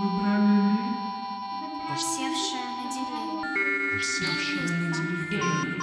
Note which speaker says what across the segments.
Speaker 1: Выбрали ли?
Speaker 2: Насевшая на деревья.
Speaker 1: Севшая на деревья.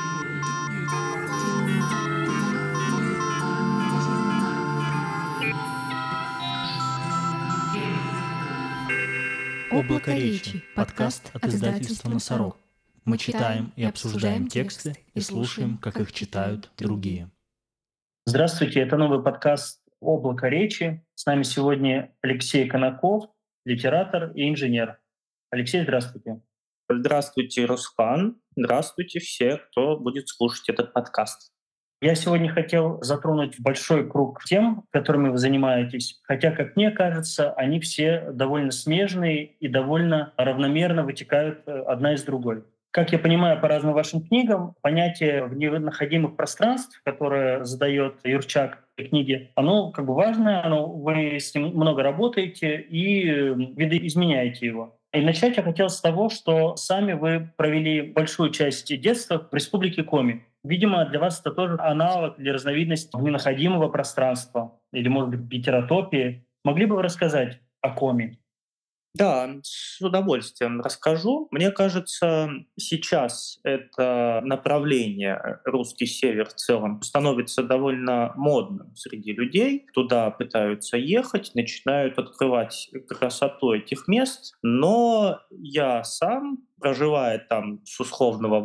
Speaker 3: Облако речи. Подкаст от издательства «Носорог». Мы читаем и обсуждаем тексты и слушаем, как их читают другие.
Speaker 4: Здравствуйте, это новый подкаст «Облако речи». С нами сегодня Алексей Конаков, литератор и инженер. Алексей, здравствуйте.
Speaker 5: Здравствуйте, Руслан. Здравствуйте все, кто будет слушать этот подкаст.
Speaker 4: Я сегодня хотел затронуть большой круг тем, которыми вы занимаетесь, хотя, как мне кажется, они все довольно смежные и довольно равномерно вытекают одна из другой. Как я понимаю по разным вашим книгам, понятие вненаходимых пространств, которое задает Юрчак в книге, оно как бы важное, вы с ним много работаете и видоизменяете его. И начать я хотел с того, что сами вы провели большую часть детства в республике Коми. Видимо, для вас это тоже аналог или разновидность ненаходимого пространства, или, может быть, гетеротопии. Могли бы вы рассказать о Коми?
Speaker 5: Да, с удовольствием расскажу. Мне кажется, сейчас это направление русский север в целом становится довольно модным среди людей. Туда пытаются ехать, начинают открывать красоту этих мест. Но я сам, проживая там с условного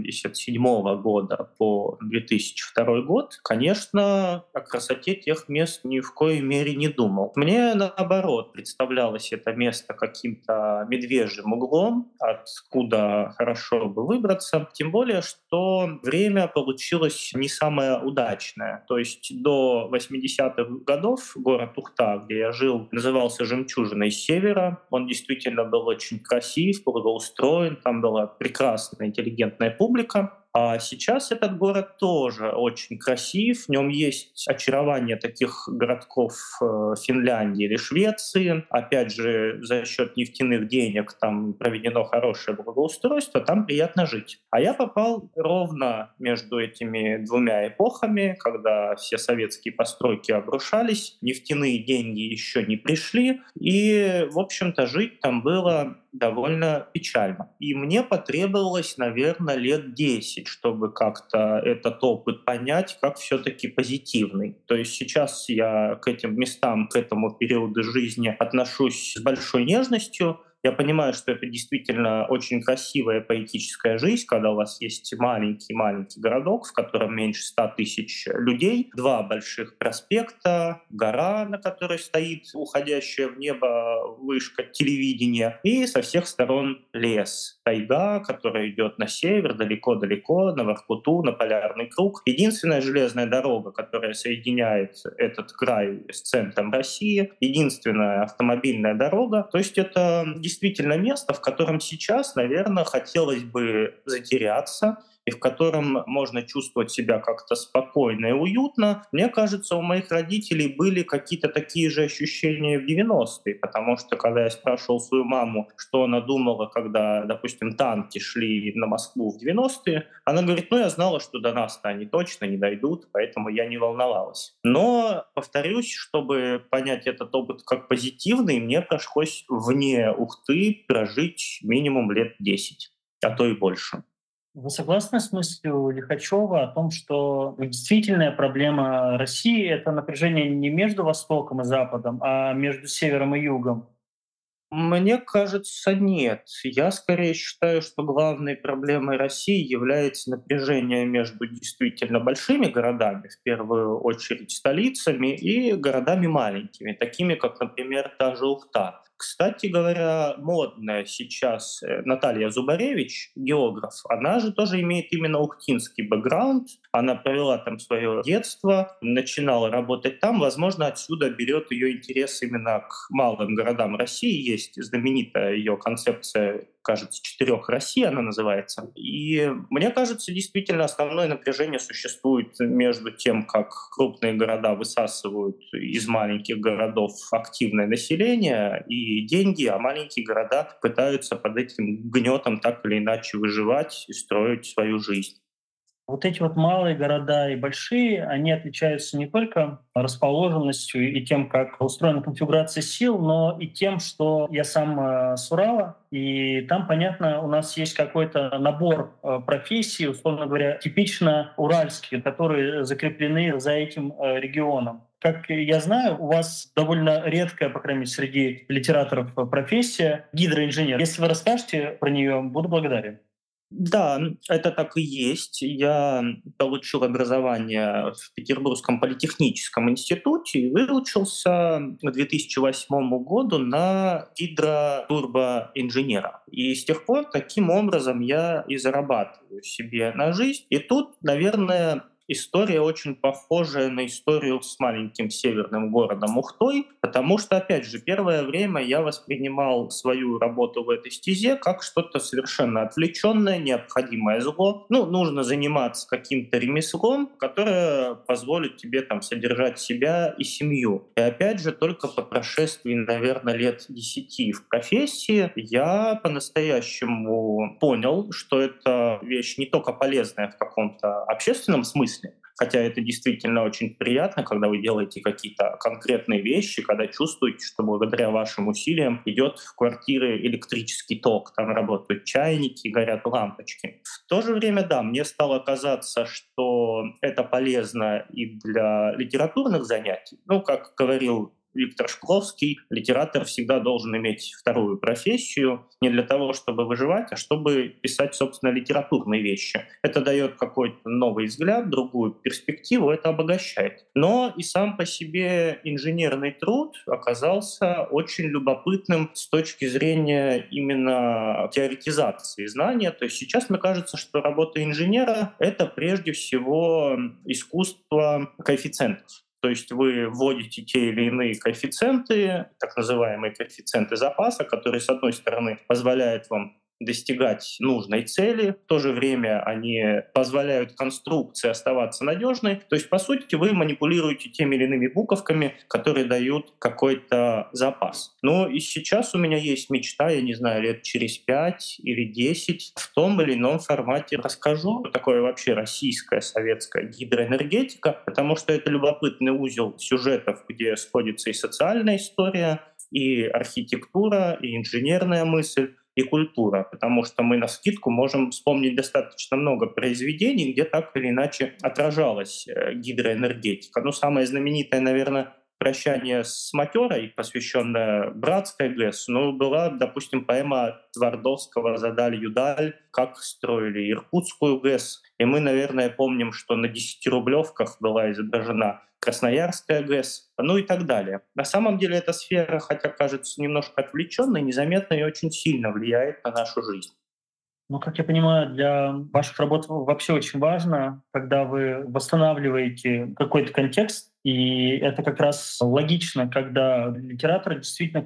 Speaker 5: 87 года по 2002 год, конечно, о красоте тех мест ни в коей мере не думал. Мне, наоборот, представлялось это место каким-то медвежьим углом, откуда хорошо бы выбраться. Тем более, что время получилось не самое удачное. То есть до 80-х годов город Ухта, где я жил, назывался «Жемчужиной Севера». Он действительно был очень красив, благоустроен, там была прекрасная, интеллигентная публика. А сейчас этот город тоже очень красив. В нем есть очарование таких городков Финляндии или Швеции. Опять же, за счет нефтяных денег там проведено хорошее благоустройство, там приятно жить. А я попал ровно между этими двумя эпохами, когда все советские постройки обрушались, нефтяные деньги еще не пришли, и, в общем-то, жить там было довольно печально. И мне потребовалось, наверное, лет 10, чтобы как-то этот опыт понять, как все-таки позитивный. То есть сейчас я к этим местам, к этому периоду жизни отношусь с большой нежностью. Я понимаю, что это действительно очень красивая поэтическая жизнь, когда у вас есть маленький-маленький городок, в котором меньше 100 тысяч людей, два больших проспекта, гора, на которой стоит уходящая в небо вышка телевидения, и со всех сторон лес, тайга, которая идет на север, далеко-далеко, на Воркуту, на Полярный круг. Единственная железная дорога, которая соединяет этот край с центром России, единственная автомобильная дорога. То есть это действительно место, в котором сейчас, наверное, хотелось бы затеряться, и в котором можно чувствовать себя как-то спокойно и уютно. Мне кажется, у моих родителей были какие-то такие же ощущения в 90-е, потому что когда я спрашивал свою маму, что она думала, когда, допустим, танки шли на Москву в 90-е, она говорит, я знала, что до нас-то они точно не дойдут, поэтому я не волновалась. Но, повторюсь, чтобы понять этот опыт как позитивный, мне пришлось вне Ухты прожить минимум лет 10, а то и больше.
Speaker 4: Вы согласны с мыслью Лихачева о том, что действительная проблема России — это напряжение не между Востоком и Западом, а между Севером и Югом?
Speaker 5: Мне кажется, нет. Я скорее считаю, что главной проблемой России является напряжение между действительно большими городами, в первую очередь столицами, и городами маленькими, такими как, например, та же Ухта. Кстати говоря, модная сейчас Наталья Зубаревич, географ, она же тоже имеет именно ухтинский бэкграунд. Она провела там свое детство, начинала работать там. Возможно, отсюда берет ее интерес именно к малым городам России. Есть знаменитая ее концепция, кажется, «Четырех Россий» она называется. И мне кажется, действительно основное напряжение существует между тем, как крупные города высасывают из маленьких городов активное население и деньги, а маленькие города пытаются под этим гнетом так или иначе выживать и строить свою жизнь.
Speaker 4: Вот эти вот малые города и большие, они отличаются не только расположенностью и тем, как устроена конфигурация сил, но и тем, что я сам с Урала, и там, понятно, у нас есть какой-то набор профессий, условно говоря, типично уральские, которые закреплены за этим регионом. Как я знаю, у вас довольно редкая, по крайней мере, среди литераторов профессия гидроинженер. Если вы расскажете про нее, буду благодарен.
Speaker 5: Да, это так и есть. Я получил образование в Петербургском политехническом институте и выучился к 2008 году на гидротурбоинженера. И с тех пор таким образом я и зарабатываю себе на жизнь. И тут, наверное, история очень похожая на историю с маленьким северным городом Ухтой, потому что, опять же, первое время я воспринимал свою работу в этой стезе как что-то совершенно отвлеченное, необходимое зло. Нужно заниматься каким-то ремеслом, которое позволит тебе там содержать себя и семью. И опять же, только по прошествии, наверное, лет 10 в профессии я по-настоящему понял, что это вещь не только полезная в каком-то общественном смысле, хотя это действительно очень приятно, когда вы делаете какие-то конкретные вещи, когда чувствуете, что благодаря вашим усилиям идет в квартиры электрический ток, там работают чайники, горят лампочки. В то же время, да, мне стало казаться, что это полезно и для литературных занятий. Как говорил Виктор Шкловский, литератор всегда должен иметь вторую профессию не для того, чтобы выживать, а чтобы писать, собственно, литературные вещи. Это дает какой-то новый взгляд, другую перспективу, это обогащает. Но и сам по себе инженерный труд оказался очень любопытным с точки зрения именно теоретизации знания. То есть сейчас мне кажется, что работа инженера — это прежде всего искусство коэффициентов. То есть вы вводите те или иные коэффициенты, так называемые коэффициенты запаса, которые, с одной стороны, позволяют вам достигать нужной цели, в то же время они позволяют конструкции оставаться надежной. То есть, по сути, вы манипулируете теми или иными буковками, которые дают какой-то запас. И сейчас у меня есть мечта, я не знаю, лет через 5 или 10 в том или ином формате расскажу, что такое вообще российская, советская гидроэнергетика, потому что это любопытный узел сюжетов, где сходится и социальная история, и архитектура, и инженерная мысль, и культура, потому что мы навскидку можем вспомнить достаточно много произведений, где так или иначе отражалась гидроэнергетика. Самое знаменитое, наверное, «Прощание с матерой», посвященное Братской ГЭС, была, допустим, поэма Твардовского «Задаль-Юдаль», как строили Иркутскую ГЭС. И мы, наверное, помним, что на 10-рублевках была изображена Красноярская ГЭС, и так далее. На самом деле эта сфера, хотя кажется немножко отвлеченной, незаметно и очень сильно влияет на нашу жизнь.
Speaker 4: Как я понимаю, для ваших работ вообще очень важно, когда вы восстанавливаете какой-то контекст, и это как раз логично, когда литератор действительно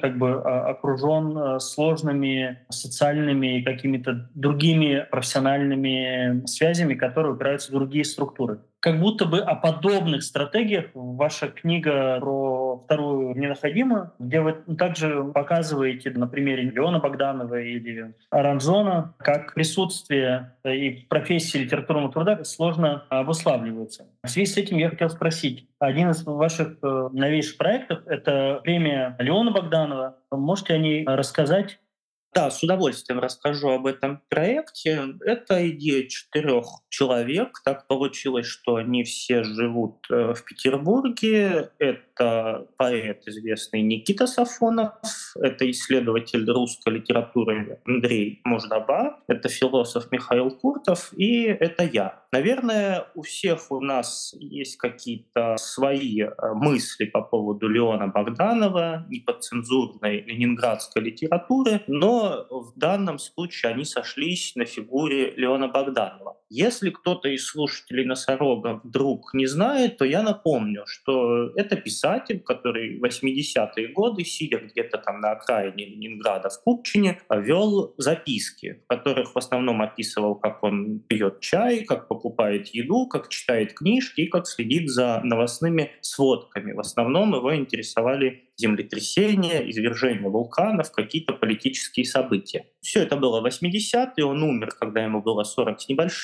Speaker 4: окружен сложными социальными и какими-то другими профессиональными связями, которые упираются в другие структуры. Как будто бы о подобных стратегиях ваша книга про вторую ненаходимую, где вы также показываете на примере Леона Богданова или Аранжона, как присутствие и профессии литературного труда сложно обуславливаются. В связи с этим я хотел спросить. Один из ваших новейших проектов — это премия Леона Богданова. Можете о ней рассказать?
Speaker 5: Да, с удовольствием расскажу об этом проекте. Это идея 4 человек. Так получилось, что они все живут в Петербурге. Это поэт известный Никита Сафонов, это исследователь русской литературы Андрей Муждаба, это философ Михаил Куртов, и это я. Наверное, у всех у нас есть какие-то свои мысли по поводу Леона Богданова, неподцензурной ленинградской литературы, но в данном случае они сошлись на фигуре Леона Богданова. Если кто-то из слушателей «Носорога» вдруг не знает, то я напомню, что это писатель, который в 80-е годы, сидя где-то там на окраине Ленинграда в Купчине, вел записки, в которых в основном описывал, как он пьет чай, как покупает еду, как читает книжки и как следит за новостными сводками. В основном его интересовали землетрясения, извержения вулканов, какие-то политические события. Все это было в 80-е, он умер, когда ему было 40 с небольшим.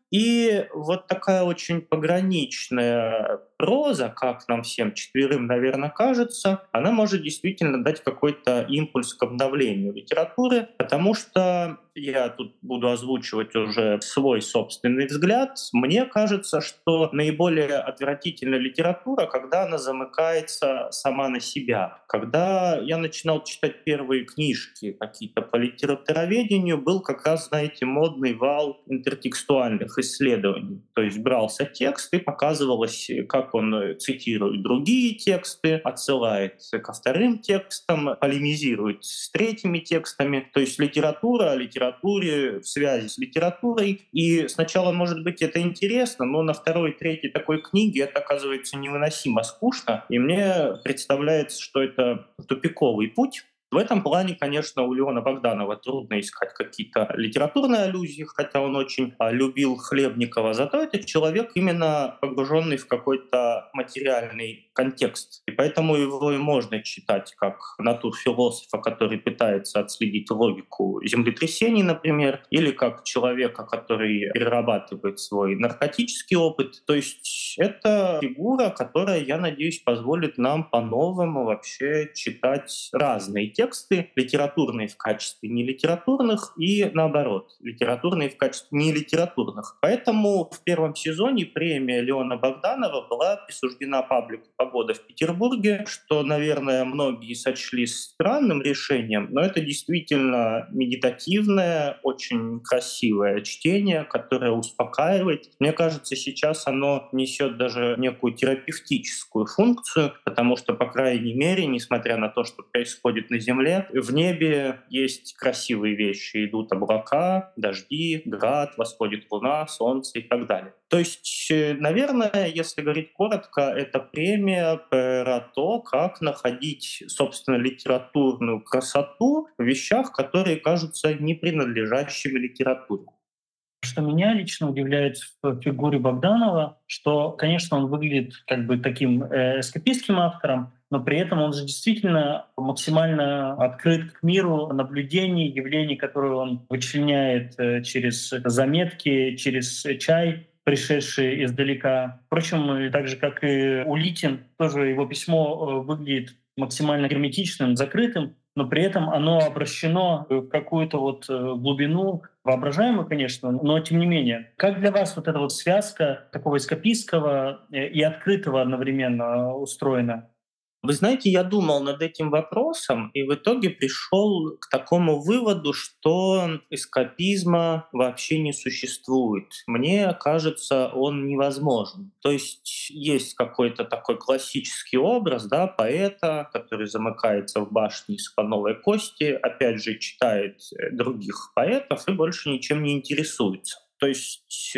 Speaker 5: И вот такая очень пограничная проза, как нам всем четверым, наверное, кажется, она может действительно дать какой-то импульс к обновлению литературы, потому что я тут буду озвучивать уже свой собственный взгляд. Мне кажется, что наиболее отвратительная литература, когда она замыкается сама на себя. Когда я начинал читать первые книжки какие-то по литературоведению, был как раз, знаете, модный вал интертекстуальных исследований. То есть брался текст и показывалось, как он цитирует другие тексты, отсылает ко вторым текстам, полемизирует с третьими текстами. То есть литература о литературе в связи с литературой. И сначала, может быть, это интересно, но на второй, третьей такой книге это оказывается невыносимо скучно. И мне представляется, что это тупиковый путь. В этом плане, конечно, у Леона Богданова трудно искать какие-то литературные аллюзии, хотя он очень любил Хлебникова. Зато это человек, именно погруженный в какой-то материальный контекст. И поэтому его и можно читать как натурфилософа, который пытается отследить логику землетрясений, например, или как человека, который перерабатывает свой наркотический опыт. То есть это фигура, которая, я надеюсь, позволит нам по-новому вообще читать разные тексты, литературные в качестве нелитературных и наоборот, литературные в качестве нелитературных. Поэтому в первом сезоне премия Леона Богданова была присуждена паблику «Погода в Петербурге», что, наверное, многие сочли странным решением, но это действительно медитативное, очень красивое чтение, которое успокаивает. Мне кажется, сейчас оно несет даже некую терапевтическую функцию, потому что, по крайней мере, несмотря на то, что происходит на Земле, в небе есть красивые вещи. Идут облака, дожди, град, восходит луна, солнце и так далее. То есть, наверное, если говорить коротко, это премия про то, как находить, собственно, литературную красоту в вещах, которые кажутся не принадлежащими литературе.
Speaker 4: Что меня лично удивляет в фигуре Богданова, что, конечно, он выглядит как бы таким эскапистским автором, но при этом он же действительно максимально открыт к миру наблюдений, явлений, которые он вычленяет через заметки, через чай, пришедший издалека. Впрочем, так же, как и Улитин, тоже его письмо выглядит максимально герметичным, закрытым, но при этом оно обращено в какую-то вот глубину, воображаемую, конечно, но тем не менее. Как для вас вот эта вот связка такого эскапистского и открытого одновременно устроена?
Speaker 5: Вы знаете, я думал над этим вопросом и в итоге пришел к такому выводу, что эскапизма вообще не существует. Мне кажется, он невозможен. То есть какой-то такой классический образ, да, поэта, который замыкается в башне из слоновой кости, опять же читает других поэтов и больше ничем не интересуется. То есть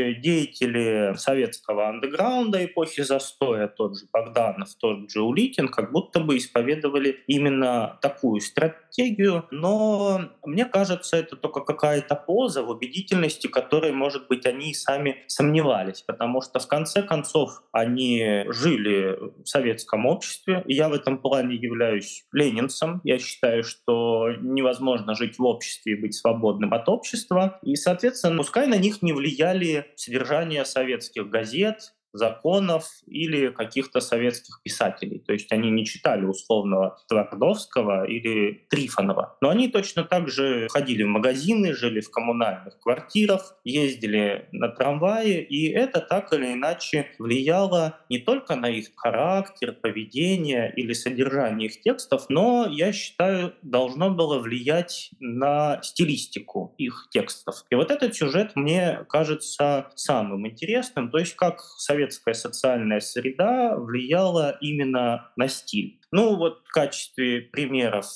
Speaker 5: деятели советского андеграунда эпохи застоя, тот же Богданов, тот же Улитин, как будто бы исповедовали именно такую стратегию. Но мне кажется, это только какая-то поза в убедительности, которой, может быть, они и сами сомневались. Потому что, в конце концов, они жили в советском обществе. И я в этом плане являюсь ленинцем. Я считаю, что невозможно жить в обществе и быть свободным от общества. И, соответственно, пускай на них не влияли содержание советских газет, законов или каких-то советских писателей. То есть они не читали условного Твардовского или Трифонова. Но они точно так же ходили в магазины, жили в коммунальных квартирах, ездили на трамвае, и это так или иначе влияло не только на их характер, поведение или содержание их текстов, но, я считаю, должно было влиять на стилистику их текстов. И вот этот сюжет мне кажется самым интересным, то есть как советская социальная среда влияла именно на стиль. Ну вот в качестве примеров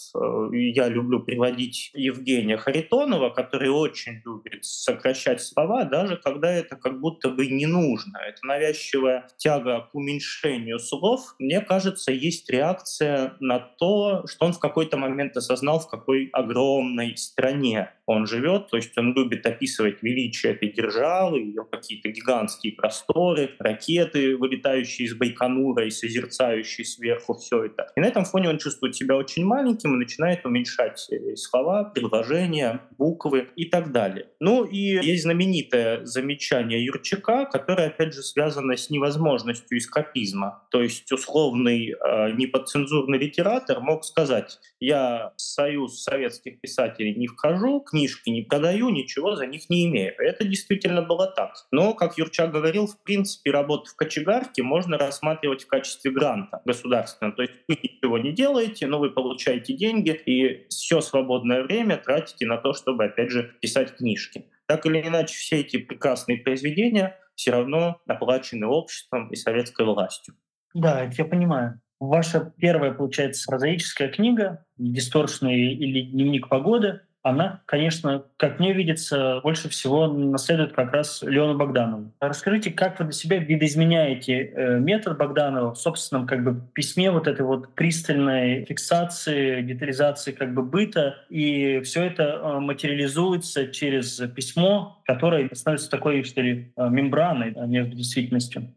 Speaker 5: я люблю приводить Евгения Харитонова, который очень любит сокращать слова, даже когда это как будто бы не нужно. Это навязчивая тяга к уменьшению слов. Мне кажется, есть реакция на то, что он в какой-то момент осознал, в какой огромной стране он живет. То есть он любит описывать величие этой державы, ее какие-то гигантские просторы, ракеты, вылетающие из Байконура и созерцающие сверху все это это. И на этом фоне он чувствует себя очень маленьким и начинает уменьшать слова, предложения, буквы и так далее. Ну и есть знаменитое замечание Юрчака, которое, опять же, связано с невозможностью эскапизма. То есть условный неподцензурный литератор мог сказать: я в союз советских писателей не вхожу, книжки не продаю, ничего за них не имею. Это действительно было так. Но, как Юрчак говорил, в принципе, работу в кочегарке можно рассматривать в качестве гранта государственного. То есть вы ничего не делаете, но вы получаете деньги и все свободное время тратите на то, чтобы, опять же, писать книжки. Так или иначе, все эти прекрасные произведения все равно оплачены обществом и советской властью.
Speaker 4: Да, это я понимаю. Ваша первая, получается, прозаическая книга «Дисторшный» или «Дневник погоды», она, конечно, как мне видится, больше всего наследует как раз Леону Богданову. Расскажите, как вы для себя видоизменяете метод Богданова в собственном как бы письме, вот этой вот пристальной фиксации, детализации как бы быта, и все это материализуется через письмо, которое становится такой, что ли, мембраной между действительностью.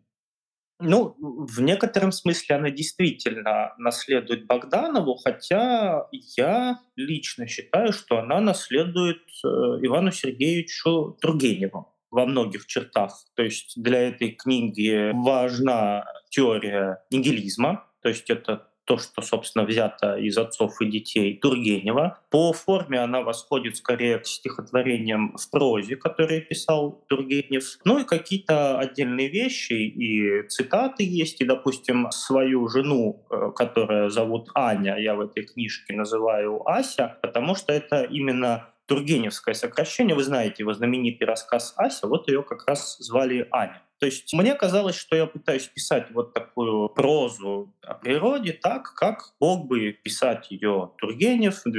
Speaker 5: Ну, в некотором смысле она действительно наследует Богданову, хотя я лично считаю, что она наследует Ивану Сергеевичу Тургеневу во многих чертах. То есть для этой книги важна теория нигилизма, то есть это то, что, собственно, взято из «Отцов и детей» Тургенева. По форме она восходит скорее к стихотворениям в прозе, которые писал Тургенев. Ну и какие-то отдельные вещи и цитаты есть. И, допустим, свою жену, которая зовут Аня, я в этой книжке называю Ася, потому что это именно тургеневское сокращение. Вы знаете его знаменитый рассказ «Ася», вот ее как раз звали Аня. То есть мне казалось, что я пытаюсь писать вот такую прозу о природе так, как мог бы писать ее Тургенев в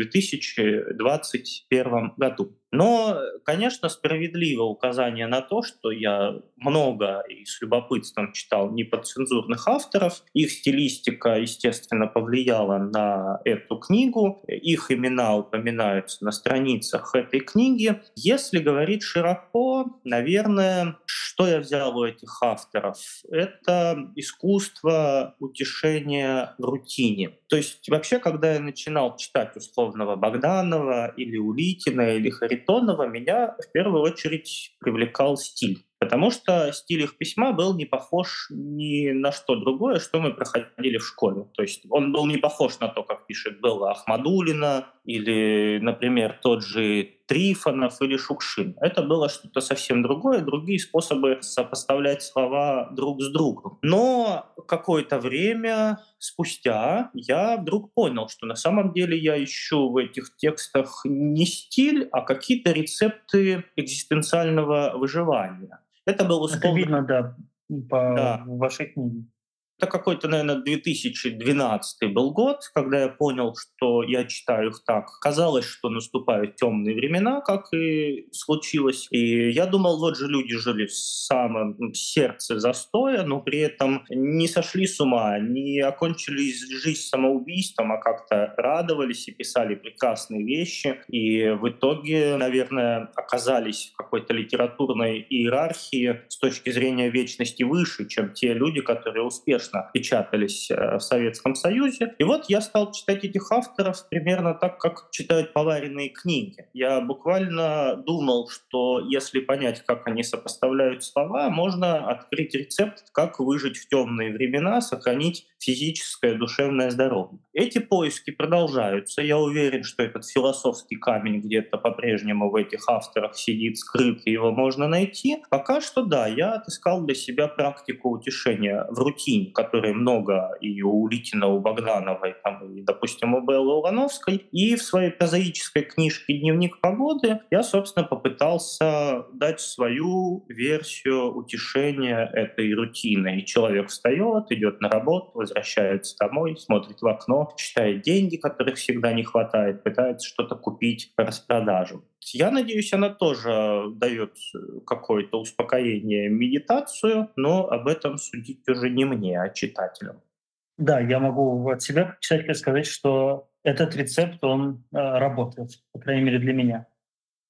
Speaker 5: 2021 году. Но, конечно, справедливо указание на то, что я много и с любопытством читал неподцензурных авторов. Их стилистика, естественно, повлияла на эту книгу. Их имена упоминаются на страницах этой книги. Если говорить широко, наверное, что я взял у этих авторов? Это искусство утешения в рутине. То есть вообще, когда я начинал читать условного Богданова или Улитина или Харитонова, меня в первую очередь привлекал стиль. Потому что стиль их письма был не похож ни на что другое, что мы проходили в школе. То есть он был не похож на то, как пишет Белла Ахмадулина или, например, тот же Трифонов или Шукшин. Это было что-то совсем другое, другие способы сопоставлять слова друг с другом. Но какое-то время спустя я вдруг понял, что на самом деле я ищу в этих текстах не стиль, а какие-то рецепты экзистенциального выживания. Это был
Speaker 4: Это
Speaker 5: условно...
Speaker 4: видно, да, по
Speaker 5: Да,
Speaker 4: вашей книге.
Speaker 5: это какой-то, наверное, 2012 был год, когда я понял, что я читаю их так. Казалось, что наступают темные времена, как и случилось. И я думал, вот же люди жили в самом сердце застоя, но при этом не сошли с ума, не окончили жизнь самоубийством, а как-то радовались и писали прекрасные вещи. И в итоге, наверное, оказались в какой-то литературной иерархии с точки зрения вечности выше, чем те люди, которые успешно печатались в Советском Союзе. И вот я стал читать этих авторов примерно так, как читают поваренные книги. Я буквально думал, что если понять, как они сопоставляют слова, можно открыть рецепт, как выжить в темные времена, сохранить физическое, душевное здоровье. Эти поиски продолжаются. Я уверен, что этот философский камень где-то по-прежнему в этих авторах сидит скрыт, и его можно найти. Пока что, да, я отыскал для себя практику утешения в рутине, которой много и у Улитина, у Богдановой, там, и, допустим, у Беллы Улановской. И в своей прозаической книжке «Дневник погоды» я, собственно, попытался дать свою версию утешения этой рутины. И человек встает, идет на работу, возвращается домой, смотрит в окно, считает деньги, которых всегда не хватает, пытается что-то купить по распродажам. Я надеюсь, она тоже дает какое-то успокоение, медитацию, но об этом судить уже не мне, а читателям.
Speaker 4: Да, я могу от себя как читателя сказать, что этот рецепт, он работает, по крайней мере, для меня.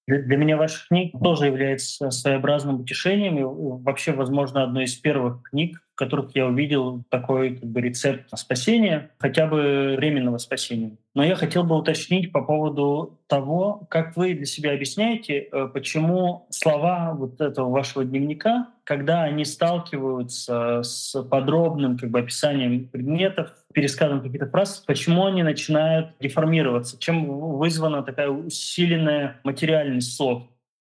Speaker 4: Для меня ваша книга тоже является своеобразным утешением. И вообще, возможно, одной из первых книг, в которых я увидел такой как бы, рецепт спасения, хотя бы временного спасения. Но я хотел бы уточнить по поводу того, как вы для себя объясняете, почему слова вот этого вашего дневника, когда они сталкиваются с подробным как бы, описанием предметов, пересказом каких-то фраз, почему они начинают деформироваться, чем вызвана такая усиленная материальность слов.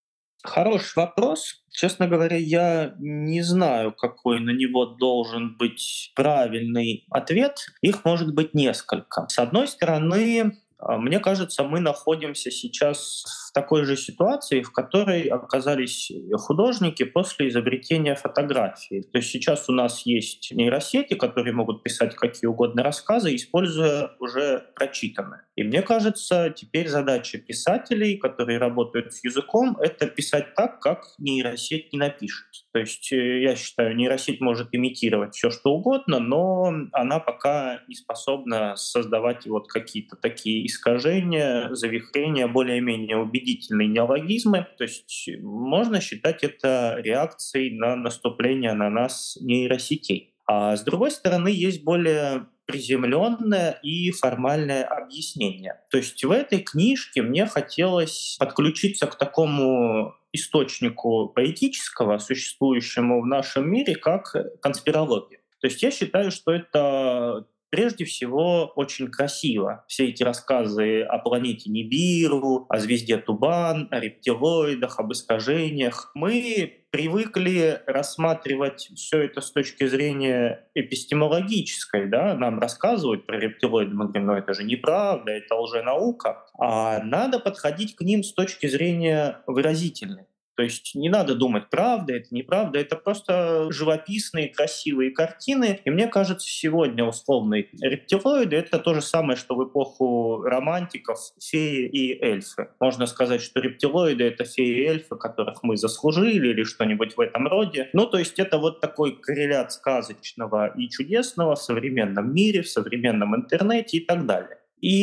Speaker 5: Хороший вопрос. Честно говоря, я не знаю, какой на него должен быть правильный ответ. Их может быть несколько. С одной стороны, мне кажется, мы находимся сейчас в такой же ситуации, в которой оказались художники после изобретения фотографии. То есть сейчас у нас есть нейросети, которые могут писать какие угодно рассказы, используя уже прочитанное. И мне кажется, теперь задача писателей, которые работают с языком, это писать так, как нейросеть не напишет. То есть я считаю, нейросеть может имитировать все, что угодно, но она пока не способна создавать вот какие-то такие искажения, завихрения, более-менее убедительные неологизмы. То есть можно считать это реакцией на наступление на нас нейросетей. А с другой стороны, есть более приземленное и формальное объяснение. То есть в этой книжке мне хотелось подключиться к такому источнику поэтического, существующему в нашем мире, как конспирология. То есть я считаю, что это прежде всего очень красиво. Все эти рассказы о планете Нибиру, о звезде Тубан, о рептилоидах, об искажениях. Мы привыкли рассматривать все это с точки зрения эпистемологической. Да? Нам рассказывают про рептилоиды, мы говорим, ну это же неправда, это лженаука. А надо подходить к ним с точки зрения выразительной. То есть не надо думать, правда это, неправда, это просто живописные, красивые картины. И мне кажется, сегодня условные рептилоиды — это то же самое, что в эпоху романтиков феи и эльфы. Можно сказать, что рептилоиды — это феи и эльфы, которых мы заслужили или что-нибудь в этом роде. Ну, то есть это вот такой коррелят сказочного и чудесного в современном мире, в современном интернете и так далее.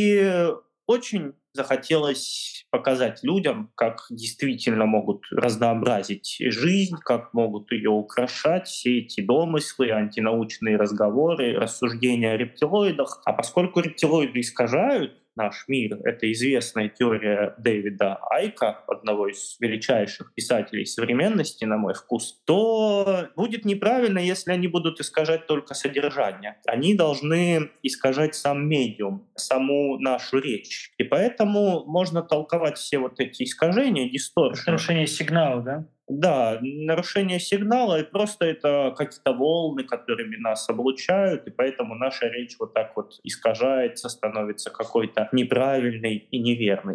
Speaker 5: И очень захотелось показать людям, как действительно могут разнообразить жизнь, как могут ее украшать все эти домыслы, антинаучные разговоры, рассуждения о рептилоидах. А поскольку рептилоиды искажают наш мир, это известная теория Дэвида Айка, одного из величайших писателей современности, на мой вкус, то будет неправильно, если они будут искажать только содержание. Они должны искажать сам медиум, саму нашу речь. И поэтому можно толковать все вот эти искажения, дисторшн.
Speaker 4: Нарушение сигнала, да?
Speaker 5: Да, нарушение сигнала, и просто это какие-то волны, которыми нас облучают, и поэтому наша речь вот так вот искажается, становится какой-то неправильной и неверной.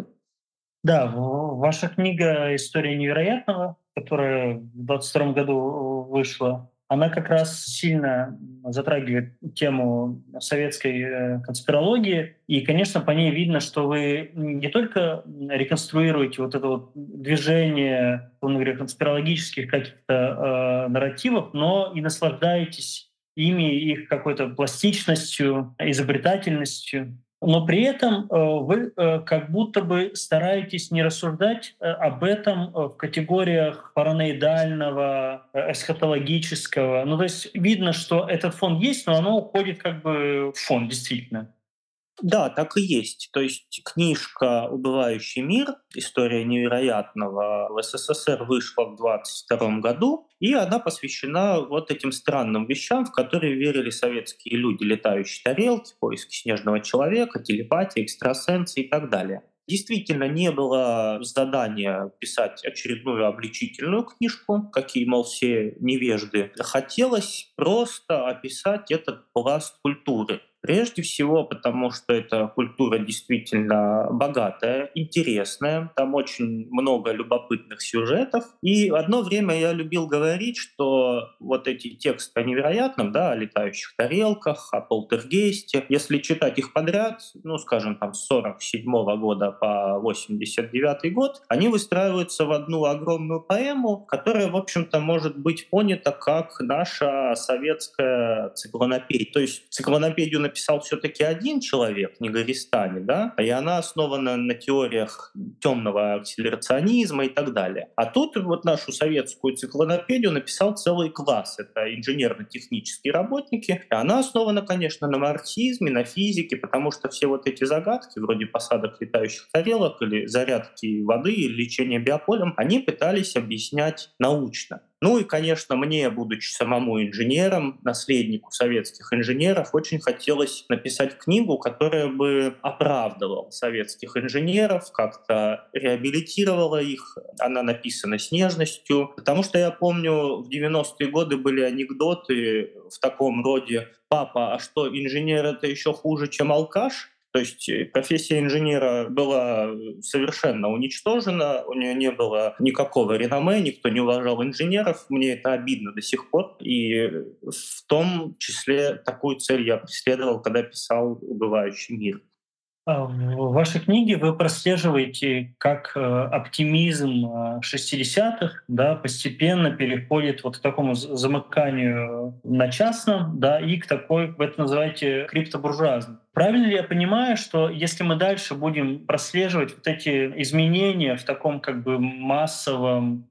Speaker 4: Да, ваша книга «История невероятного», которая в 22 году вышла, она как раз сильно затрагивает тему советской конспирологии. И, конечно, по ней видно, что вы не только реконструируете вот это вот движение, условно говоря, конспирологических каких-то нарративов, но и наслаждаетесь ими, их какой-то пластичностью, изобретательностью. Но при этом вы как будто бы стараетесь не рассуждать об этом в категориях параноидального, эсхатологического. Ну, то есть видно, что этот фон есть, но оно уходит как бы в фон, действительно.
Speaker 5: Да, так и есть. То есть книжка «Убывающий мир. История невероятного» в СССР вышла в 1922 году, и она посвящена вот этим странным вещам, в которые верили советские люди: летающие тарелки, поиски снежного человека, телепатия, экстрасенсы и так далее. Действительно, не было задания писать очередную обличительную книжку, какие, мол, все невежды. Хотелось просто описать этот пласт культуры. Прежде всего, потому что эта культура действительно богатая, интересная, там очень много любопытных сюжетов. И одно время я любил говорить, что вот эти тексты о невероятном, да, о летающих тарелках, о полтергейсте, если читать их подряд, ну, скажем, там, с 47 года по 89 год, они выстраиваются в одну огромную поэму, которая, в общем-то, может быть понята как наша советская циклонопедия. То есть циклонопедию написали написал все-таки один человек, не Гористани, да, и она основана на теориях темного акселерационизма и так далее. А тут вот нашу советскую циклонопедию написал целый класс. Это инженерно-технические работники. И она основана, конечно, на марксизме, на физике, потому что все вот эти загадки, вроде посадок летающих тарелок или зарядки воды, или лечения биополем, они пытались объяснять научно. Ну и, конечно, мне, будучи самому инженером, наследнику советских инженеров, очень хотелось написать книгу, которая бы оправдывала советских инженеров, как-то реабилитировала их. Она написана с нежностью. Потому что я помню, в 90-е годы были анекдоты в таком роде: «Папа, а что, инженер — это еще хуже, чем алкаш?» То есть профессия инженера была совершенно уничтожена, у нее не было никакого реноме, никто не уважал инженеров. Мне это обидно до сих пор. И в том числе такую цель я преследовал, когда писал «Убывающий мир».
Speaker 4: В вашей книге вы прослеживаете, как оптимизм 60-х, да, постепенно переходит вот к такому замыканию на частном, да, и к такой, вы это называете, криптобуржуазной. Правильно ли я понимаю, что если мы дальше будем прослеживать вот эти изменения в таком как бы массовом,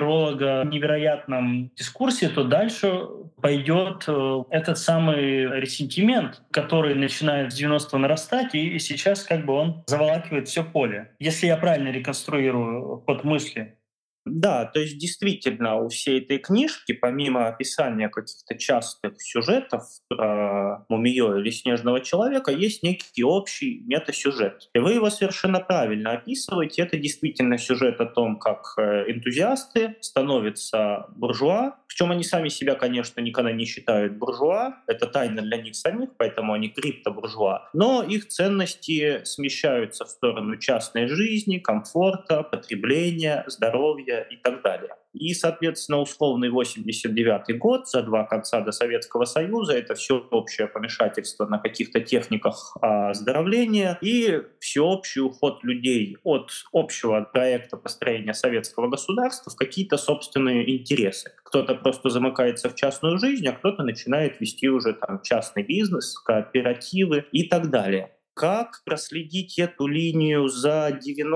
Speaker 4: конспиролого-невероятном дискурсе, то дальше пойдет этот самый ресентимент, который начинает с 90-го нарастать, и сейчас как бы он заволакивает все поле. Если я правильно реконструирую ход мысли.
Speaker 5: Да, то есть действительно у всей этой книжки, помимо описания каких-то частых сюжетов про мумиё или снежного человека, есть некий общий метасюжет. И вы его совершенно правильно описываете. Это действительно сюжет о том, как энтузиасты становятся буржуа. Причем они сами себя, конечно, никогда не считают буржуа. Это тайна для них самих, поэтому они криптобуржуа. Но их ценности смещаются в сторону частной жизни, комфорта, потребления, здоровья и так далее. И, соответственно, условный 89-й год, за два конца до Советского Союза, это всеобщее помешательство на каких-то техниках оздоровления и всеобщий уход людей от общего проекта построения советского государства в какие-то собственные интересы. Кто-то просто замыкается в частную жизнь, а кто-то начинает вести уже там частный бизнес, кооперативы и так далее. Как проследить эту линию за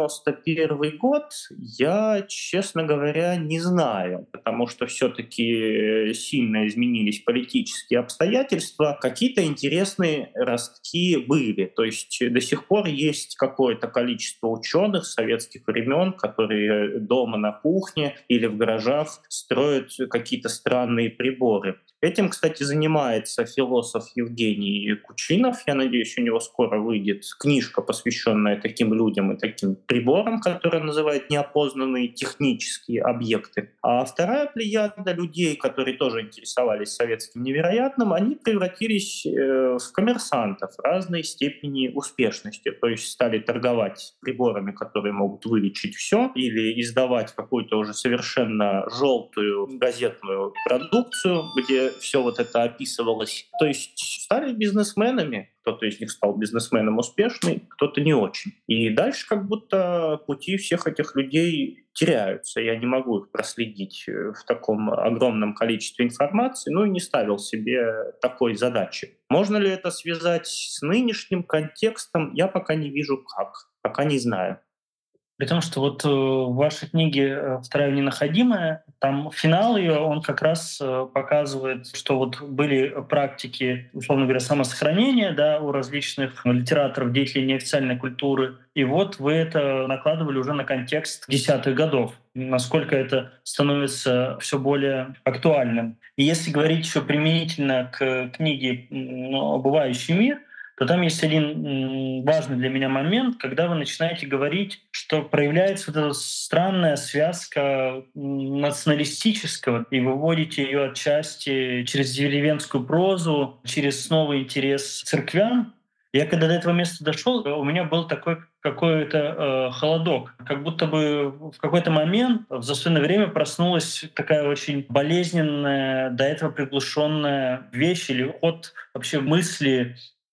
Speaker 5: 91 год, я, честно говоря, не знаю, потому что все-таки сильно изменились политические обстоятельства. Какие-то интересные ростки были. То есть до сих пор есть какое-то количество ученых советских времен, которые дома на кухне или в гаражах строят какие-то странные приборы. Этим, кстати, занимается философ Евгений Кучинов. Я надеюсь, у него скоро выйдет книжка, посвященная таким людям и таким приборам, которые называют неопознанные технические объекты. А вторая плеяда людей, которые тоже интересовались советским невероятным, они превратились в коммерсантов разной степени успешности. То есть стали торговать приборами, которые могут вылечить все, или издавать какую-то уже совершенно желтую газетную продукцию, где все вот это описывалось. То есть стали бизнесменами. Кто-то из них стал бизнесменом успешный, кто-то не очень. И дальше как будто пути всех этих людей теряются. Я не могу их проследить в таком огромном количестве информации, ну и не ставил себе такой задачи. Можно ли это связать с нынешним контекстом? Я пока не вижу как. Пока не знаю.
Speaker 4: При том, что вот в вашей книге «Вторая ненаходимая», там финал ее, он как раз показывает, что вот были практики, условно говоря, самосохранения, да, у различных литераторов, деятелей неофициальной культуры. И вот вы это накладывали уже на контекст десятых годов, насколько это становится все более актуальным. И если говорить еще применительно к книге «Убывающий мир», то там есть один важный для меня момент, когда вы начинаете говорить, что проявляется вот эта странная связка националистического, и вы вводите ее отчасти через деревенскую прозу, через снова интерес к церквям. Я когда до этого места дошел, у меня был такой какой-то холодок. Как будто бы в какой-то момент в заслуженное время проснулась такая очень болезненная, до этого приглушенная вещь или ход вообще мысли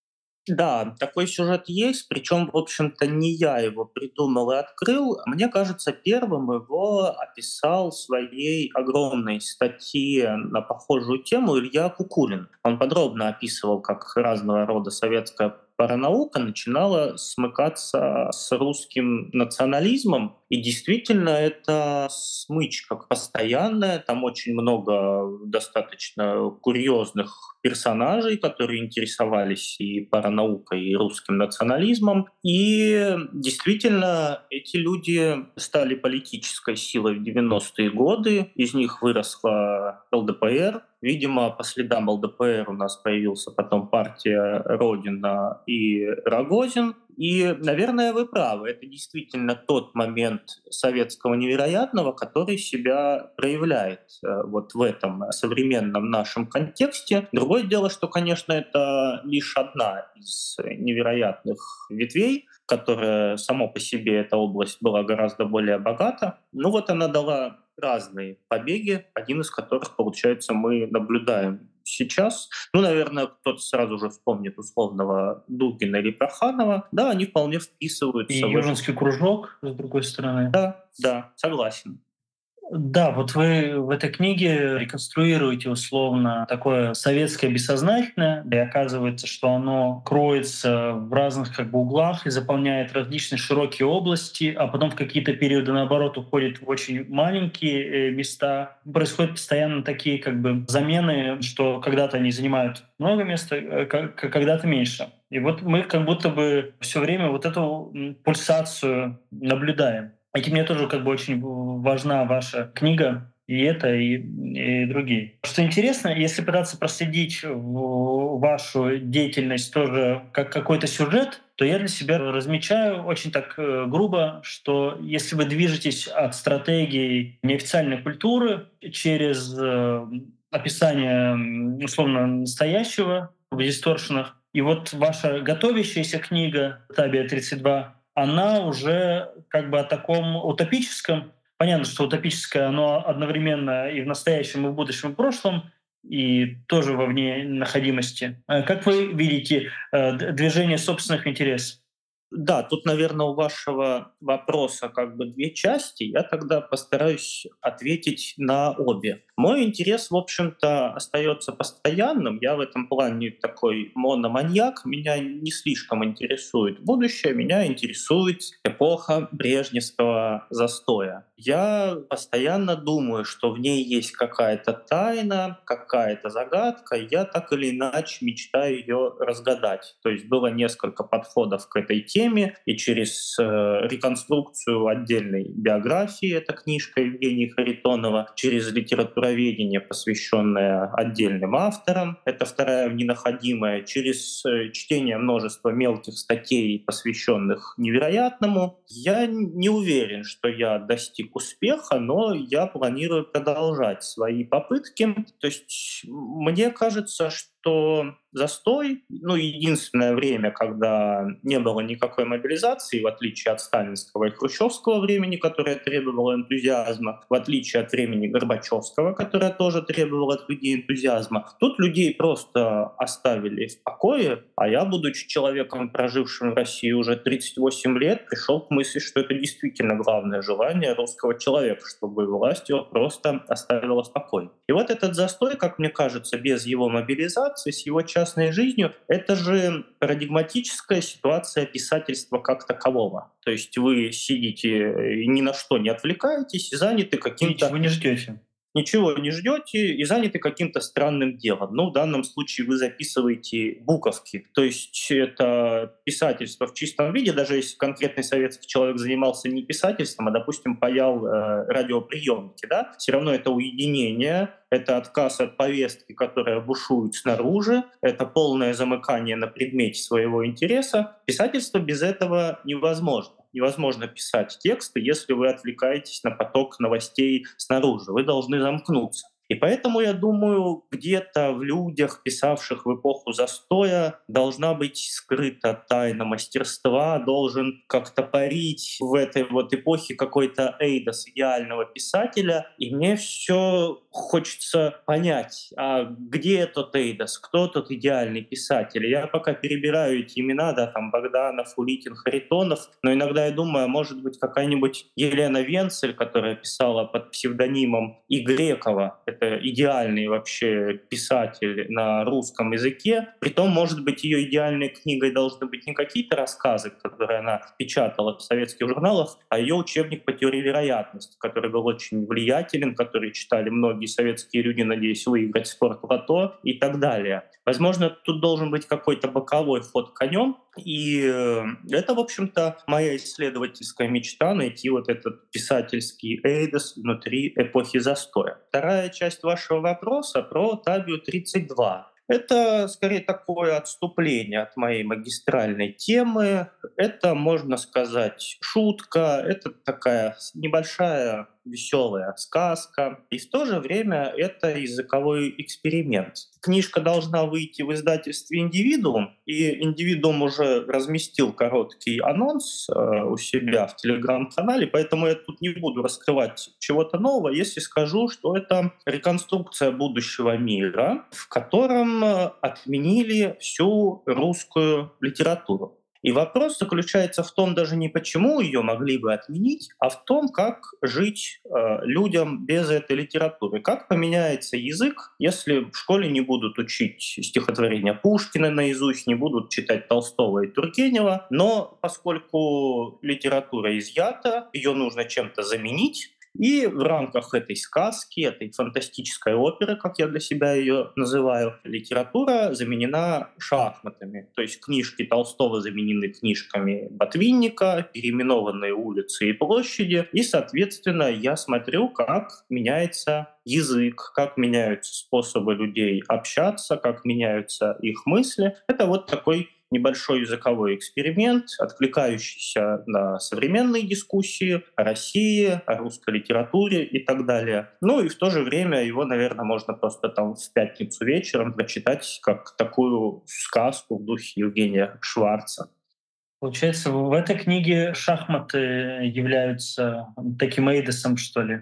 Speaker 5: Да, такой сюжет есть, причем, в общем-то, не я его придумал и открыл. Мне кажется, первым его описал в своей огромной статье на похожую тему Илья Кукулин. Он подробно описывал, как разного рода советская паранаука начинала смыкаться с русским национализмом. И действительно, это смычка постоянная. Там очень много достаточно курьезных персонажей, которые интересовались и паранаукой, и русским национализмом. И действительно, эти люди стали политической силой в 90-е годы. Из них выросла ЛДПР. Видимо, по следам ЛДПР у нас появился потом партия Родина и Рогозин. И, наверное, вы правы. Это действительно тот момент советского невероятного, который себя проявляет вот в этом современном нашем контексте. Другое дело, что, конечно, это лишь одна из невероятных ветвей, которая само по себе, эта область была гораздо более богата. Ну вот она дала разные побеги, один из которых, получается, мы наблюдаем сейчас. Ну, наверное, кто-то сразу же вспомнит условного Дугина или Проханова. Да, они вполне
Speaker 4: И
Speaker 5: вписываются в это.
Speaker 4: Южинский кружок, с другой стороны.
Speaker 5: Да, согласен.
Speaker 4: Да, вот вы в этой книге реконструируете условно такое советское бессознательное, и оказывается, что оно кроется в разных как бы углах и заполняет различные широкие области, а потом в какие-то периоды, наоборот, уходит в очень маленькие места. Происходят постоянно такие как бы замены, что когда-то они занимают много места, когда-то меньше. И вот мы как будто бы все время вот эту пульсацию наблюдаем. И мне тоже как бы очень важна ваша книга, и это, и другие. Что интересно, если пытаться проследить вашу деятельность тоже как какой-то сюжет, то я для себя размечаю очень так грубо, что если вы движетесь от стратегии неофициальной культуры через описание условно настоящего в дисторшенах, и вот ваша готовящаяся книга «Табия-32», она уже как бы о таком утопическом. Понятно, что утопическое, оно одновременно и в настоящем, и в будущем, и в прошлом, и тоже во вне находимости. Как вы видите движение собственных интересов?
Speaker 5: Да, тут, наверное, у вашего вопроса как бы две части. Я тогда постараюсь ответить на обе. Мой интерес, в общем-то, остается постоянным. Я в этом плане такой мономаньяк. Меня не слишком интересует будущее, меня интересует эпоха брежневского застоя. Я постоянно думаю, что в ней есть какая-то тайна, какая-то загадка. Я так или иначе мечтаю ее разгадать. То есть было несколько подходов к этой теме, и через реконструкцию отдельной биографии, это книжка Евгения Харитонова, через литературоведение, посвященное отдельным авторам, это вторая ненаходимая, через чтение множества мелких статей, посвященных невероятному. Я не уверен, что я достиг успеха, но я планирую продолжать свои попытки. То есть мне кажется, что застой, единственное время, когда не было никакой мобилизации, в отличие от сталинского и хрущевского времени, которое требовало энтузиазма, в отличие от времени горбачевского, которое тоже требовало от людей энтузиазма, тут людей просто оставили в покое, а я, будучи человеком, прожившим в России уже 38 лет, пришел к мысли, что это действительно главное желание русского человека, чтобы власть его просто оставила в покое. И вот этот застой, как мне кажется, без его мобилизации, с его частной жизнью, это же парадигматическая ситуация писательства как такового. То есть вы сидите и ни на что не отвлекаетесь, и заняты каким-то...
Speaker 4: Вы не ждете.
Speaker 5: Ничего не ждете и заняты каким-то странным делом. В данном случае вы записываете буковки. То есть это писательство в чистом виде, даже если конкретный советский человек занимался не писательством, а, допустим, паял радиоприемники, да, все равно это уединение, это отказ от повестки, которая бушует снаружи, это полное замыкание на предмете своего интереса. Писательство без этого невозможно. Невозможно писать тексты, если вы отвлекаетесь на поток новостей снаружи. Вы должны замкнуться. И поэтому, я думаю, где-то в людях, писавших в эпоху застоя, должна быть скрыта тайна мастерства, должен как-то парить в этой вот эпохе какой-то эйдос идеального писателя. И мне все хочется понять, а где этот эйдос, кто тот идеальный писатель. Я пока перебираю эти имена, да, там Богданов, Улитин, Харитонов, но иногда я думаю, а может быть какая-нибудь Елена Венцель, которая писала под псевдонимом И. Грекова, это идеальный вообще писатель на русском языке. Притом, может быть, ее идеальной книгой должны быть не какие-то рассказы, которые она печатала в советских журналах, а ее учебник по теории вероятности, который был очень влиятелен, который читали многие советские люди, надеясь выиграть спор в лото и так далее. Возможно, тут должен быть какой-то боковой ход конем, и это, в общем-то, моя исследовательская мечта — найти вот этот писательский эйдос внутри эпохи застоя. Вторая часть вашего вопроса про Табио-32. Это скорее такое отступление от моей магистральной темы. Это, можно сказать, шутка, это такая небольшая веселая сказка. И в то же время это языковой эксперимент. Книжка должна выйти в издательстве «Индивидуум», и «Индивидуум» уже разместил короткий анонс у себя в телеграм-канале, поэтому я тут не буду раскрывать чего-то нового, если скажу, что это реконструкция будущего мира, в котором отменили всю русскую литературу. И вопрос заключается в том даже не почему ее могли бы отменить, а в том, как жить людям без этой литературы. Как поменяется язык, если в школе не будут учить стихотворения Пушкина наизусть, не будут читать Толстого и Тургенева, но поскольку литература изъята, ее нужно чем-то заменить, и в рамках этой сказки, этой фантастической оперы, как я для себя ее называю, литература заменена шахматами. То есть книжки Толстого заменены книжками Ботвинника, переименованные улицы и площади. И, соответственно, я смотрю, как меняется язык, как меняются способы людей общаться, как меняются их мысли. Это вот такой небольшой языковой эксперимент, откликающийся на современные дискуссии о России, о русской литературе и так далее. Ну и в то же время его, наверное, можно просто там в пятницу вечером прочитать как такую сказку в духе Евгения Шварца.
Speaker 4: Получается, в этой книге шахматы являются таким эйдосом, что ли?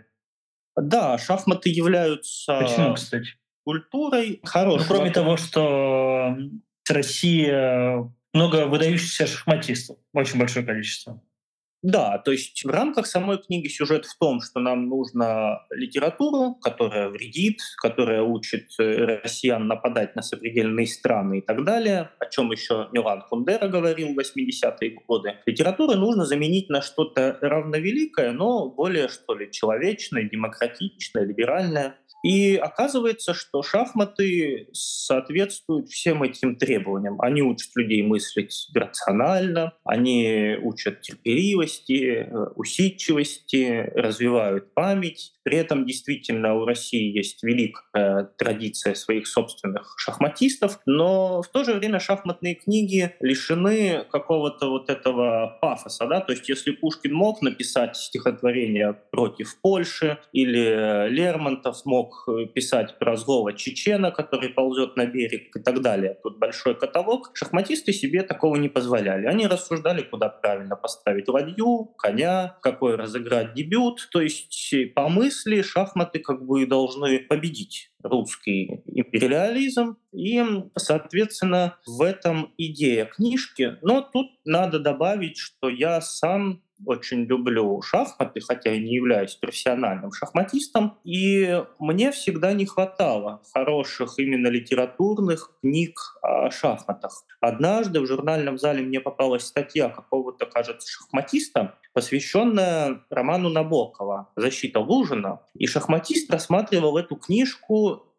Speaker 5: Да, шахматы
Speaker 4: Почему,
Speaker 5: являются
Speaker 4: кстати?
Speaker 5: культурой.
Speaker 4: Ну,
Speaker 5: Хороший
Speaker 4: кроме
Speaker 5: вопрос.
Speaker 4: того, что в России много выдающихся шахматистов, очень большое количество.
Speaker 5: Да, то есть в рамках самой книги сюжет в том, что нам нужно литературу, которая вредит, которая учит россиян нападать на сопредельные страны и так далее, о чем еще Милан Кундера говорил в 80-е годы. Литературу нужно заменить на что-то равновеликое, но более, что ли, человечное, демократичное, либеральное. И оказывается, что шахматы соответствуют всем этим требованиям. Они учат людей мыслить рационально, они учат терпеливости, усидчивости, развивают память. При этом действительно у России есть великая традиция своих собственных шахматистов, но в то же время шахматные книги лишены какого-то вот этого пафоса. Да? То есть если Пушкин мог написать стихотворение против Польши, или Лермонтов мог писать про злого чечена, который ползет на берег и так далее, тут большой каталог, шахматисты себе такого не позволяли. Они рассуждали, куда правильно поставить ладью, коня, какой разыграть дебют. То есть по мысли шахматы как бы должны победить русский империализм, и, соответственно, в этом идея книжки. Но тут надо добавить, что я сам очень люблю шахматы, хотя и не являюсь профессиональным шахматистом, и мне всегда не хватало хороших именно литературных книг о шахматах. Однажды в журнальном зале мне попалась статья какого-то, кажется, шахматиста, посвященная роману Набокова «Защита Лужина», и шахматист рассматривал эту книжку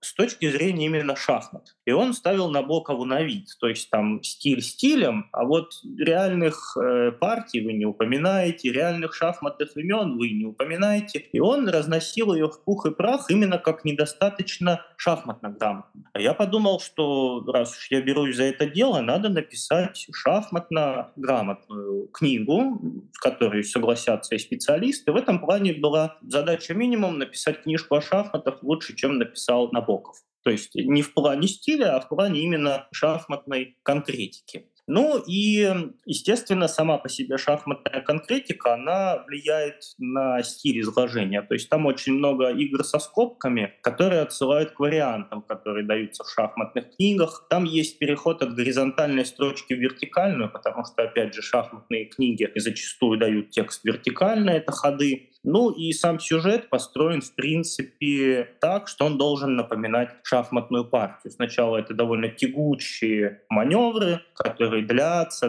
Speaker 5: с точки зрения именно шахмат. И он ставил Набокову на вид. То есть там стиль стилем, а вот реальных партий вы не упоминаете, реальных шахматных имен вы не упоминаете. И он разносил ее в пух и прах именно как недостаточно шахматно грамотно. А я подумал, что раз уж я берусь за это дело, надо написать шахматно грамотную книгу, в которой согласятся и специалисты. В этом плане была задача минимум написать книжку о шахматах лучше, чем написал Набоков. То есть не в плане стиля, а в плане именно шахматной конкретики. Ну и, естественно, сама по себе шахматная конкретика, она влияет на стиль изложения. То есть там очень много игр со скобками, которые отсылают к вариантам, которые даются в шахматных книгах. Там есть переход от горизонтальной строчки в вертикальную, потому что, опять же, шахматные книги зачастую дают текст вертикально, это ходы. Ну и сам сюжет построен, в принципе, так, что он должен напоминать шахматную партию. Сначала это довольно тягучие маневры, которые длятся,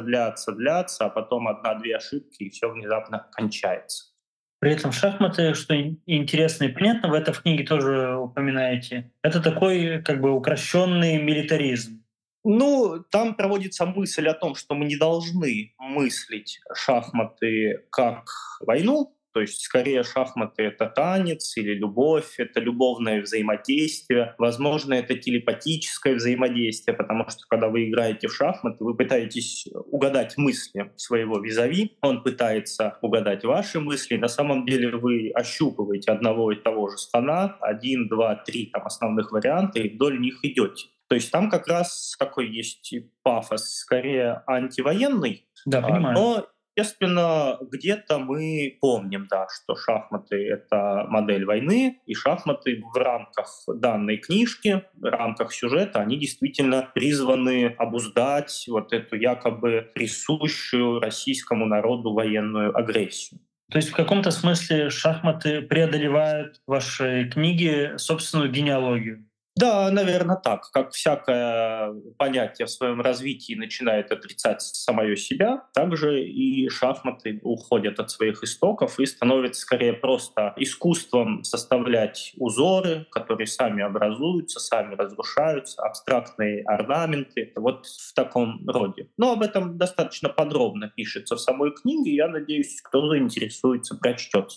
Speaker 5: а потом одна-две ошибки, и все внезапно кончается.
Speaker 4: При этом шахматы, что интересно и понятно, вы это в книге тоже упоминаете, это такой как бы упрощенный милитаризм.
Speaker 5: Ну, там проводится мысль о том, что мы не должны мыслить шахматы как войну, то есть скорее шахматы — это танец или любовь, это любовное взаимодействие. Возможно, это телепатическое взаимодействие, потому что когда вы играете в шахматы, вы пытаетесь угадать мысли своего визави, он пытается угадать ваши мысли. На самом деле вы ощупываете одного и того же слона, 1, 2, 3 там основных варианта, и вдоль них идете. То есть там как раз такой есть пафос, скорее антивоенный,
Speaker 4: Да, понимаю.
Speaker 5: но естественно, где-то мы помним, да, что шахматы — это модель войны, и шахматы в рамках данной книжки, в рамках сюжета, они действительно призваны обуздать вот эту якобы присущую российскому народу военную агрессию.
Speaker 4: То есть в каком-то смысле шахматы преодолевают в вашей книге собственную генеалогию?
Speaker 5: Да, наверное, так. Как всякое понятие в своем развитии начинает отрицать самое себя, также и шахматы уходят от своих истоков и становятся скорее просто искусством составлять узоры, которые сами образуются, сами разрушаются, абстрактные орнаменты. Вот в таком роде. Но об этом достаточно подробно пишется в самой книге. Я надеюсь, кто заинтересуется, прочтет.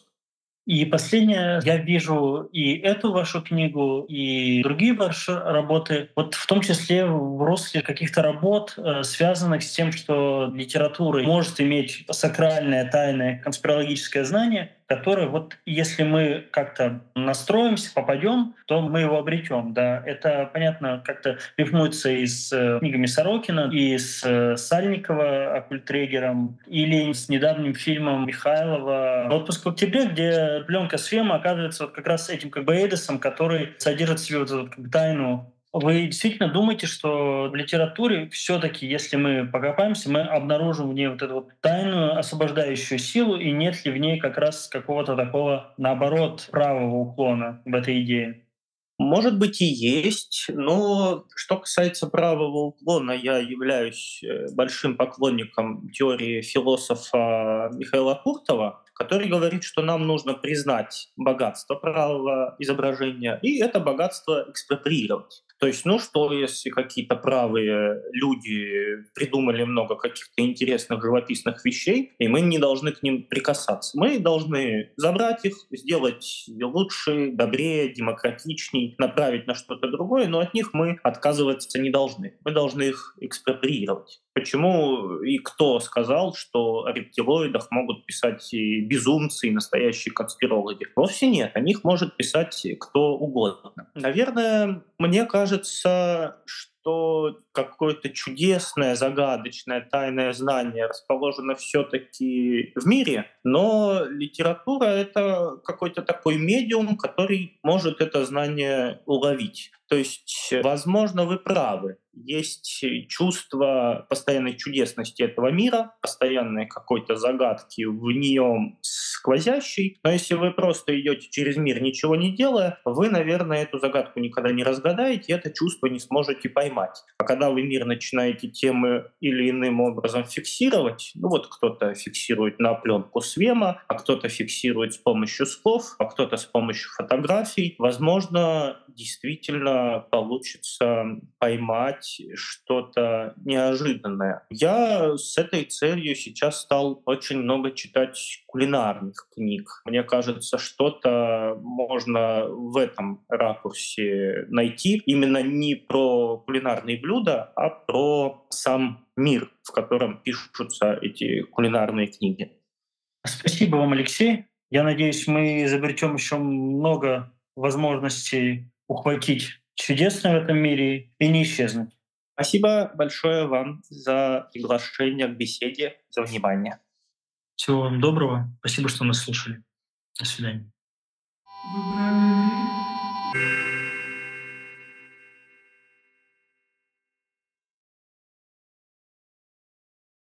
Speaker 4: И последнее, я вижу и эту вашу книгу, и другие ваши работы, вот в том числе в русле каких-то работ, связанных с тем, что литература может иметь сакральное, тайное, конспирологическое знание, которое вот если мы как-то настроимся, попадем, то мы его обретем. Да, это понятно, как-то рифмуется и с книгами Сорокина, и с Сальникова «Оккультрегером», или с недавним фильмом Михайлова «Отпуск в октябре», где пленка с Фема оказывается вот как раз этим как бы эйдосом, который содержит в себе вот эту как бы тайну. Вы действительно думаете, что в литературе все-таки, если мы покопаемся, мы обнаружим в ней вот эту вот тайную освобождающую силу, и нет ли в ней как раз какого-то такого, наоборот, правого уклона в этой идее?
Speaker 5: Может быть и есть, но что касается правого уклона, я являюсь большим поклонником теории философа Михаила Куртова, который говорит, что нам нужно признать богатство правого изображения и это богатство экспроприировать. То есть, ну что, если какие-то правые люди придумали много каких-то интересных живописных вещей, и мы не должны к ним прикасаться. Мы должны забрать их, сделать лучше, добрее, демократичней, направить на что-то другое, но от них мы отказываться не должны. Мы должны их экспроприировать. Почему и кто сказал, что о рептилоидах могут писать и безумцы, и настоящие конспирологи? Вовсе нет, о них может писать кто угодно. Наверное, мне кажется, что какое-то чудесное, загадочное, тайное знание расположено все-таки в мире, но литература — это какой-то такой медиум, который может это знание уловить. То есть, возможно, вы правы. есть чувство постоянной чудесности этого мира, постоянной какой-то загадки в нем сквозящей. Но если вы просто идете через мир, ничего не делая, вы, наверное, эту загадку никогда не разгадаете, и это чувство не сможете поймать. А когда вы мир начинаете тем или иным образом фиксировать, ну вот кто-то фиксирует на пленку с Вема, а кто-то фиксирует с помощью слов, а кто-то с помощью фотографий, возможно, действительно получится поймать что-то неожиданное. Я с этой целью сейчас стал очень много читать кулинарных книг. Мне кажется, что-то можно в этом ракурсе найти. Именно не про кулинарные блюда, а про сам мир, в котором пишутся эти кулинарные книги.
Speaker 4: Спасибо вам, Алексей. Я надеюсь, мы изобретем еще много возможностей ухватить чудесное в этом мире и не исчезнуть.
Speaker 5: Спасибо большое вам за приглашение к беседе, за внимание.
Speaker 4: Всего вам доброго. Спасибо, что нас слушали. До свидания.
Speaker 1: Выбрали